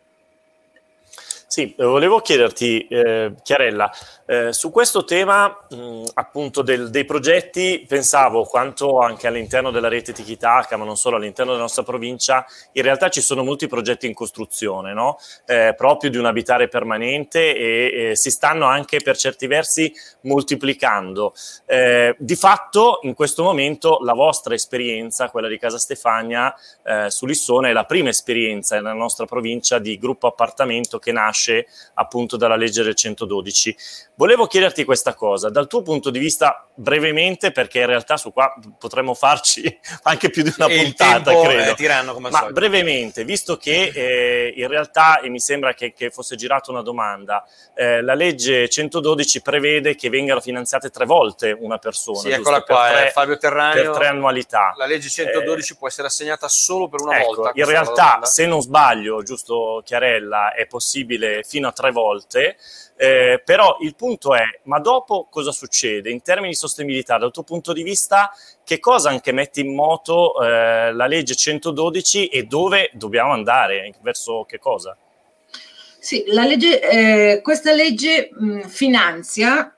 Sì, volevo chiederti, Chiarella, su questo tema appunto dei progetti, pensavo quanto anche all'interno della rete Tiki-Taka, ma non solo, all'interno della nostra provincia, in realtà ci sono molti progetti in costruzione, no? Proprio di un abitare permanente e si stanno anche per certi versi moltiplicando. Di fatto, in questo momento, la vostra esperienza, quella di Casa Stefania su Lissone, è la prima esperienza nella nostra provincia di gruppo appartamento che nasce appunto dalla legge del 112. Volevo chiederti questa cosa, dal tuo punto di vista brevemente, perché in realtà su qua potremmo farci anche più di una puntata, credo. Tiranno, come ma brevemente, visto che in realtà, e mi sembra che fosse girata una domanda, la legge 112 prevede che vengano finanziate 3 volte una persona. Sì, eccola qua, Fabio Terranio. Per 3 annualità. La legge 112 può essere assegnata solo per una volta. In realtà, se non sbaglio, giusto Chiarella, è possibile fino a 3 volte. Però il punto è, ma dopo cosa succede in termini di sostenibilità dal tuo punto di vista? Che cosa anche mette in moto la legge 112 e dove dobbiamo andare, verso che cosa? Sì, questa legge finanzia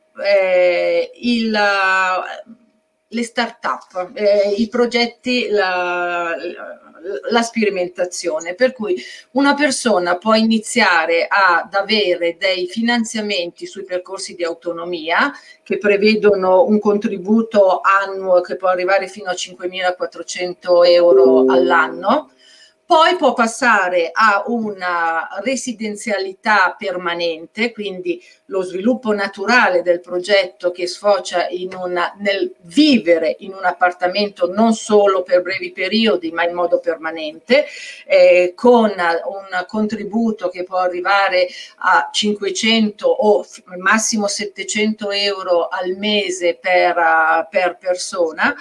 le start-up, i progetti, la sperimentazione, per cui una persona può iniziare ad avere dei finanziamenti sui percorsi di autonomia che prevedono un contributo annuo che può arrivare fino a 5.400 euro all'anno. Poi può passare a una residenzialità permanente, quindi lo sviluppo naturale del progetto che sfocia nel vivere in un appartamento non solo per brevi periodi ma in modo permanente, con un contributo che può arrivare a 500 o massimo 700 euro al mese per persona,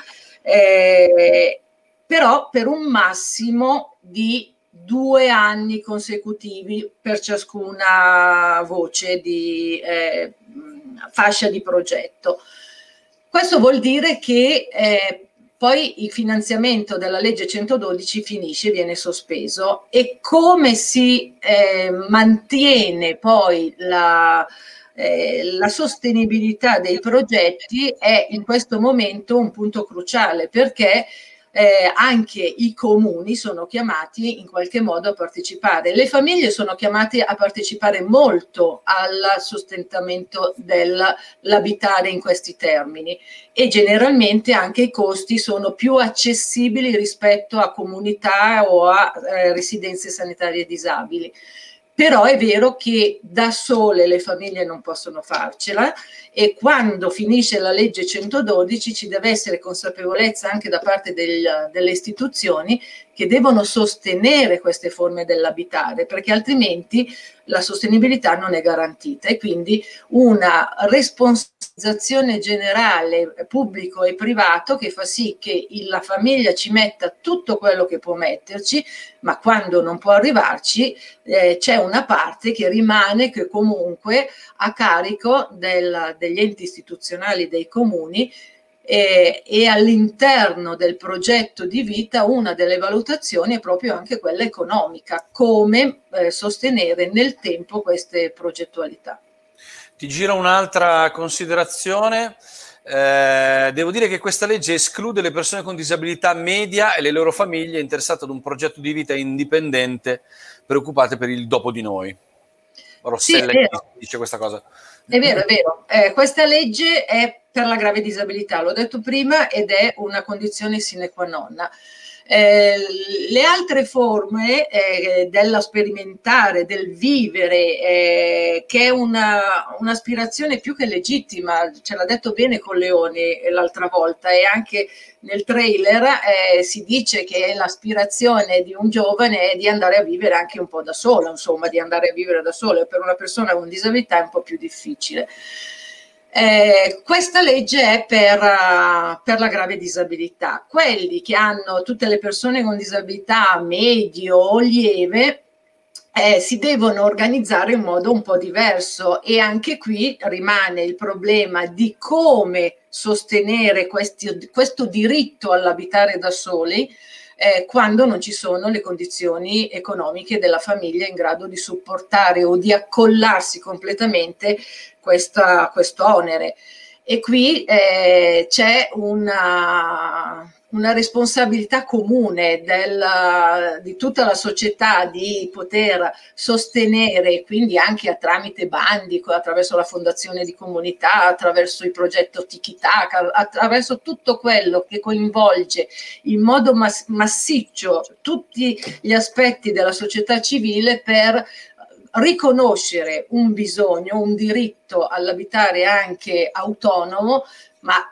però per un massimo di 2 anni consecutivi per ciascuna voce di fascia di progetto. Questo vuol dire che poi il finanziamento della legge 112 finisce, viene sospeso, e come si mantiene poi la sostenibilità dei progetti è in questo momento un punto cruciale, perché anche i comuni sono chiamati in qualche modo a partecipare. Le famiglie sono chiamate a partecipare molto al sostentamento dell'abitare in questi termini, e generalmente anche i costi sono più accessibili rispetto a comunità o a residenze sanitarie disabili. Però è vero che da sole le famiglie non possono farcela, e quando finisce la legge 112 ci deve essere consapevolezza anche da parte delle istituzioni che devono sostenere queste forme dell'abitare, perché altrimenti la sostenibilità non è garantita, e quindi una responsabilizzazione generale pubblico e privato che fa sì che la famiglia ci metta tutto quello che può metterci, ma quando non può arrivarci c'è una parte che rimane, che comunque a carico degli enti istituzionali dei comuni, e all'interno del progetto di vita una delle valutazioni è proprio anche quella economica, come sostenere nel tempo queste progettualità. Ti giro un'altra considerazione. Devo dire che questa legge esclude le persone con disabilità media e le loro famiglie interessate ad un progetto di vita indipendente, preoccupate per il dopo di noi. Rossella sì, dice questa cosa. È vero, è vero. Questa legge è per la grave disabilità, l'ho detto prima, ed è una condizione sine qua non. Le altre forme della sperimentare, del vivere, che è un'aspirazione più che legittima, ce l'ha detto bene Colleoni l'altra volta, e anche nel trailer si dice che l'aspirazione di un giovane è di andare a vivere anche un po' da solo, insomma, di andare a vivere da solo, e per una persona con disabilità è un po' più difficile. Questa legge è per la grave disabilità. Quelli che hanno, tutte le persone con disabilità medio o lieve, si devono organizzare in modo un po' diverso, e anche qui rimane il problema di come sostenere questo diritto all'abitare da soli quando non ci sono le condizioni economiche della famiglia in grado di supportare o di accollarsi completamente questo onere. E qui c'è una responsabilità comune di tutta la società di poter sostenere, quindi anche tramite bandi, attraverso la fondazione di comunità, attraverso il progetto Tiki-Taka, attraverso tutto quello che coinvolge in modo massiccio tutti gli aspetti della società civile, per riconoscere un bisogno, un diritto all'abitare anche autonomo, ma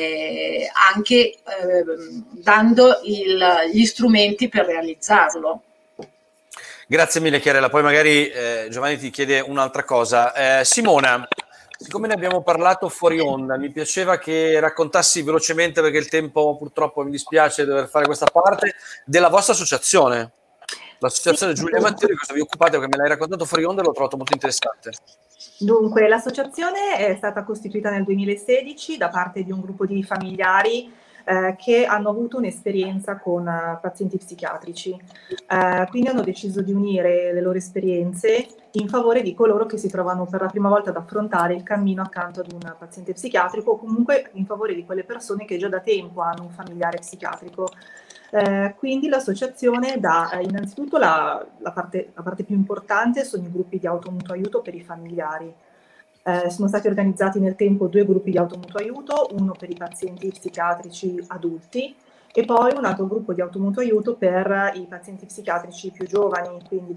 anche dando gli strumenti per realizzarlo. Grazie mille Chiarella, poi magari Giovanni ti chiede un'altra cosa. Simona, siccome ne abbiamo parlato fuori onda, mi piaceva che raccontassi velocemente, perché il tempo purtroppo mi dispiace dover fare questa parte, della vostra associazione. L'associazione Giulia e Matteo, di cosa vi occupate, perché me l'hai raccontato fuori onda e l'ho trovato molto interessante. Dunque, l'associazione è stata costituita nel 2016 da parte di un gruppo di familiari che hanno avuto un'esperienza con pazienti psichiatrici. Quindi hanno deciso di unire le loro esperienze in favore di coloro che si trovano per la prima volta ad affrontare il cammino accanto ad un paziente psichiatrico, o comunque in favore di quelle persone che già da tempo hanno un familiare psichiatrico. Quindi l'associazione dà innanzitutto la parte più importante sono i gruppi di automutuo aiuto per i familiari. Sono stati organizzati nel tempo 2 gruppi di automutuo aiuto, uno per i pazienti psichiatrici adulti e poi un altro gruppo di automutuo aiuto per i pazienti psichiatrici più giovani, quindi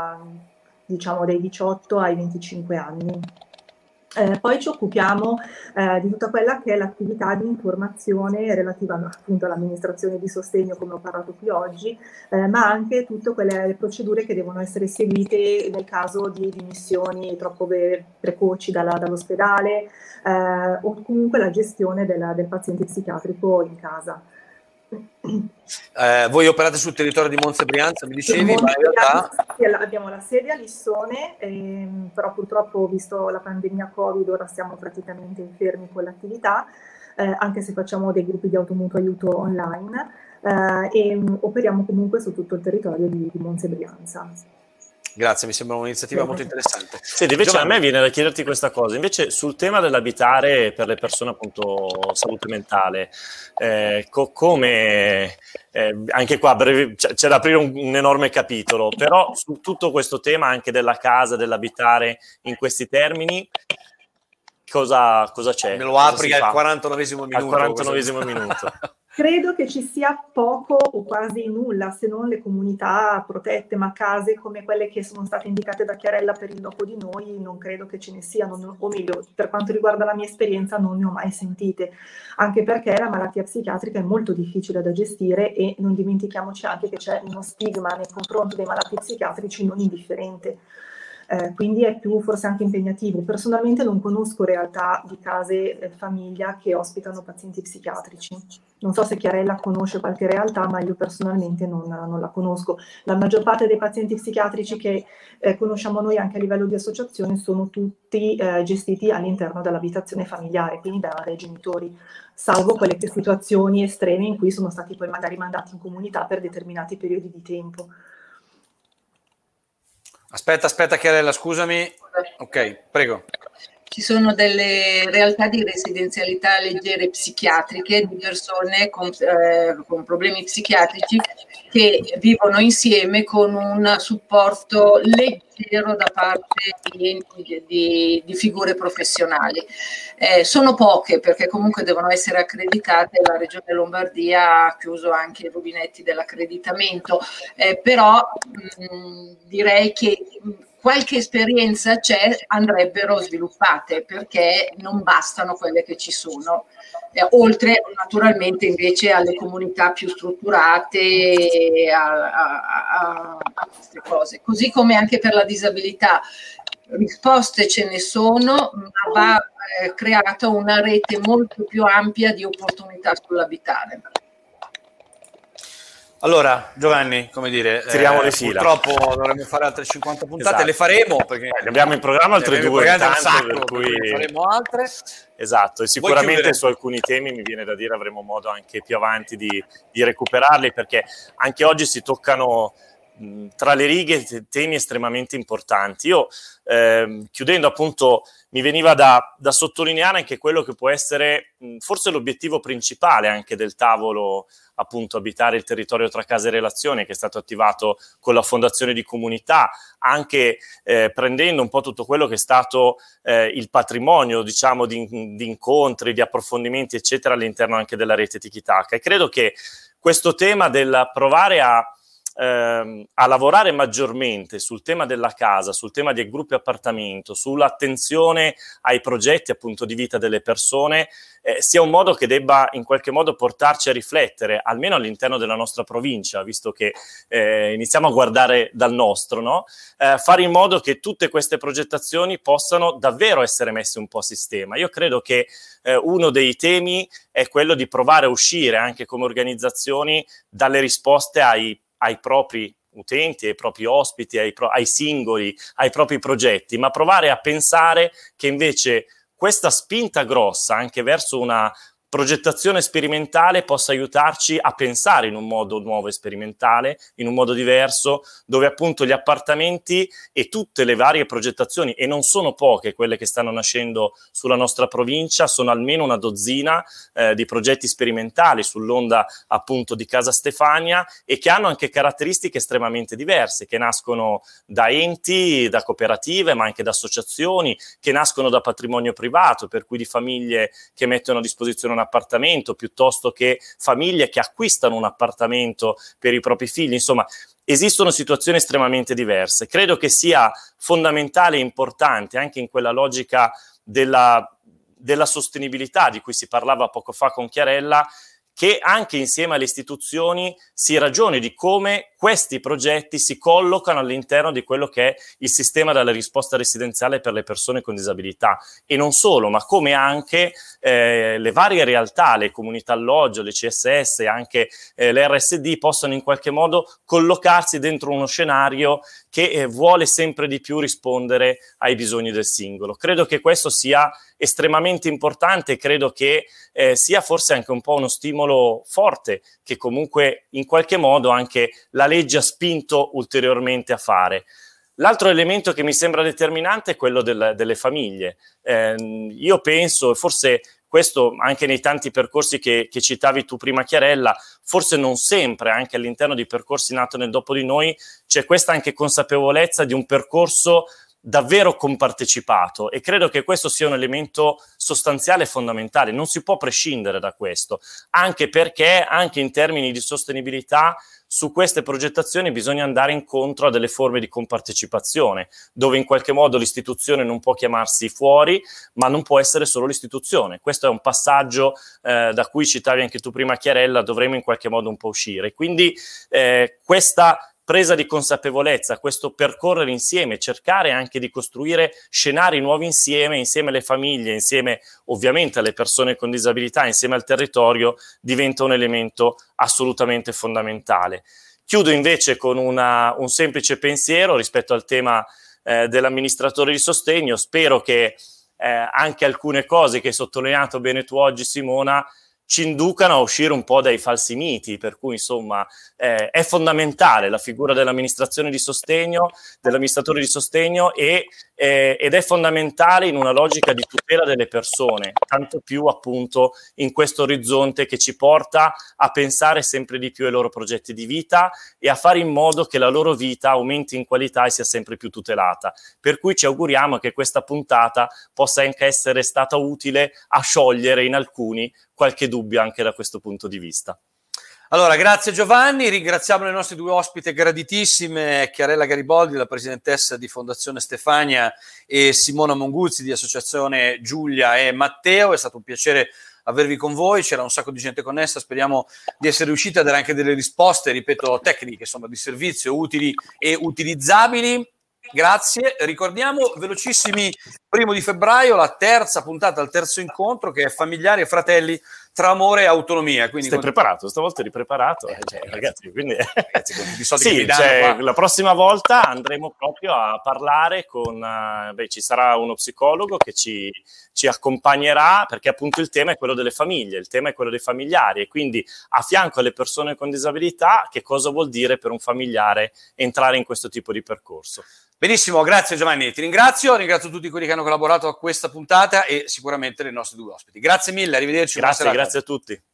dai 18 ai 25 anni. Poi ci occupiamo di tutta quella che è l'attività di informazione relativa appunto all'amministrazione di sostegno, come ho parlato qui oggi, ma anche tutte quelle procedure che devono essere seguite nel caso di dimissioni troppo precoci dall'ospedale o comunque la gestione del paziente psichiatrico in casa. Voi operate sul territorio di Monza e Brianza, mi dicevi, ma in realtà... Sì, abbiamo la sede a Lissone, però purtroppo, visto la pandemia Covid, ora siamo praticamente fermi con l'attività, anche se facciamo dei gruppi di automutuo aiuto online, e operiamo comunque su tutto il territorio di Monza e Brianza. Grazie, mi sembra un'iniziativa molto interessante. Senti, invece Giovanni, a me viene da chiederti questa cosa, invece sul tema dell'abitare per le persone appunto salute mentale, come anche qua c'è da aprire un enorme capitolo, però su tutto questo tema anche della casa, dell'abitare in questi termini, cosa c'è? Me lo apri al 49esimo minuto. Al 49esimo minuto. Credo che ci sia poco o quasi nulla, se non le comunità protette, ma case come quelle che sono state indicate da Chiarella per il Dopo di Noi, non credo che ce ne siano, o meglio, per quanto riguarda la mia esperienza non ne ho mai sentite, anche perché la malattia psichiatrica è molto difficile da gestire e non dimentichiamoci anche che c'è uno stigma nei confronti dei malati psichiatrici non indifferente. Quindi è più forse anche impegnativo. Personalmente non conosco realtà di case famiglia che ospitano pazienti psichiatrici. Non so se Chiarella conosce qualche realtà, ma io personalmente non la conosco. La maggior parte dei pazienti psichiatrici che conosciamo noi anche a livello di associazione sono tutti gestiti all'interno dell'abitazione familiare, quindi dai genitori, salvo quelle situazioni estreme in cui sono stati poi magari mandati in comunità per determinati periodi di tempo. Aspetta Chiarella, scusami. Ok, prego. Ci sono delle realtà di residenzialità leggere psichiatriche di persone con problemi psichiatrici che vivono insieme con un supporto leggero da parte di figure professionali. Sono poche perché comunque devono essere accreditate, la Regione Lombardia ha chiuso anche i rubinetti dell'accreditamento, però direi che qualche esperienza c'è, andrebbero sviluppate perché non bastano quelle che ci sono, oltre naturalmente invece alle comunità più strutturate, a queste cose. Così come anche per la disabilità, risposte ce ne sono, ma va creata una rete molto più ampia di opportunità sull'abitare. Allora, Giovanni, come dire, tiriamo le fila. Purtroppo dovremmo fare altre 50 puntate, esatto. Le faremo perché abbiamo in programma altre due, per cui faremo altre. Esatto, e sicuramente su alcuni temi mi viene da dire avremo modo anche più avanti di recuperarli, perché anche oggi si toccano tra le righe temi estremamente importanti. Io chiudendo appunto mi veniva da sottolineare anche quello che può essere forse l'obiettivo principale anche del tavolo appunto Abitare il territorio tra casa e relazione, che è stato attivato con la fondazione di comunità, anche prendendo un po' tutto quello che è stato il patrimonio, diciamo, di incontri, di approfondimenti eccetera all'interno anche della rete Tiki-Taka. E credo che questo tema del provare a lavorare maggiormente sul tema della casa, sul tema dei gruppi appartamento, sull'attenzione ai progetti appunto di vita delle persone, sia un modo che debba in qualche modo portarci a riflettere, almeno all'interno della nostra provincia, visto che iniziamo a guardare dal nostro, no? Fare in modo che tutte queste progettazioni possano davvero essere messe un po' a sistema. Io credo che uno dei temi è quello di provare a uscire anche come organizzazioni dalle risposte ai propri utenti, ai propri ospiti, ai singoli, ai propri progetti, ma provare a pensare che invece questa spinta grossa anche verso una progettazione sperimentale possa aiutarci a pensare in un modo nuovo e sperimentale, in un modo diverso, dove appunto gli appartamenti e tutte le varie progettazioni, e non sono poche quelle che stanno nascendo sulla nostra provincia, sono almeno una dozzina di progetti sperimentali sull'onda appunto di Casa Stefania, e che hanno anche caratteristiche estremamente diverse, che nascono da enti, da cooperative, ma anche da associazioni, che nascono da patrimonio privato, per cui di famiglie che mettono a disposizione un appartamento, piuttosto che famiglie che acquistano un appartamento per i propri figli. Insomma, esistono situazioni estremamente diverse. Credo che sia fondamentale e importante anche in quella logica della sostenibilità di cui si parlava poco fa con Chiarella, che anche insieme alle istituzioni si ragioni di come questi progetti si collocano all'interno di quello che è il sistema della risposta residenziale per le persone con disabilità, e non solo, ma come anche le varie realtà, le comunità alloggio, le CSS, anche le RSD possano in qualche modo collocarsi dentro uno scenario che vuole sempre di più rispondere ai bisogni del singolo. Credo che questo sia estremamente importante, credo che sia forse anche un po' uno stimolo forte che comunque in qualche modo anche la legge ha spinto ulteriormente a fare. L'altro elemento che mi sembra determinante è quello delle famiglie. Io penso, forse questo anche nei tanti percorsi che citavi tu prima, Chiarella, forse non sempre, anche all'interno di percorsi nati nel dopo di noi, c'è questa anche consapevolezza di un percorso davvero compartecipato, e credo che questo sia un elemento sostanziale e fondamentale. Non si può prescindere da questo, anche perché anche in termini di sostenibilità su queste progettazioni bisogna andare incontro a delle forme di compartecipazione, dove in qualche modo l'istituzione non può chiamarsi fuori, ma non può essere solo l'istituzione. Questo è un passaggio da cui citavi anche tu prima, Chiarella, dovremo in qualche modo un po' uscire. Quindi questa presa di consapevolezza, questo percorrere insieme, cercare anche di costruire scenari nuovi insieme alle famiglie, insieme ovviamente alle persone con disabilità, insieme al territorio, diventa un elemento assolutamente fondamentale. Chiudo invece con un semplice pensiero rispetto al tema dell'amministratore di sostegno. Spero che anche alcune cose che hai sottolineato bene tu oggi, Simona, ci inducano a uscire un po' dai falsi miti, per cui insomma è fondamentale la figura dell'amministratore di sostegno ed è fondamentale in una logica di tutela delle persone, tanto più appunto in questo orizzonte che ci porta a pensare sempre di più ai loro progetti di vita e a fare in modo che la loro vita aumenti in qualità e sia sempre più tutelata. Per cui ci auguriamo che questa puntata possa anche essere stata utile a sciogliere in alcuni qualche dubbio anche da questo punto di vista. Allora, grazie Giovanni, ringraziamo le nostre due ospiti graditissime, Chiarella Gariboldi, la presidentessa di Fondazione Stefania, e Simona Monguzzi di Associazione Giulia e Matteo. È stato un piacere avervi con voi, c'era un sacco di gente connessa, speriamo di essere riusciti a dare anche delle risposte, ripeto, tecniche, insomma, di servizio, utili e utilizzabili. Grazie, ricordiamo velocissimi 1 febbraio, la terza puntata, il terzo incontro, che è Familiari e Fratelli tra amore e autonomia. Quindi stai preparato? Stavolta eri preparato? Ragazzi, quindi sì, la prossima volta andremo proprio a parlare con ci sarà uno psicologo che ci accompagnerà, perché appunto il tema è quello delle famiglie, il tema è quello dei familiari, e quindi a fianco alle persone con disabilità che cosa vuol dire per un familiare entrare in questo tipo di percorso. Benissimo, grazie Giovanni, ti ringrazio tutti quelli che hanno collaborato a questa puntata e sicuramente le nostre due ospiti. Grazie mille, arrivederci. Grazie a tutti.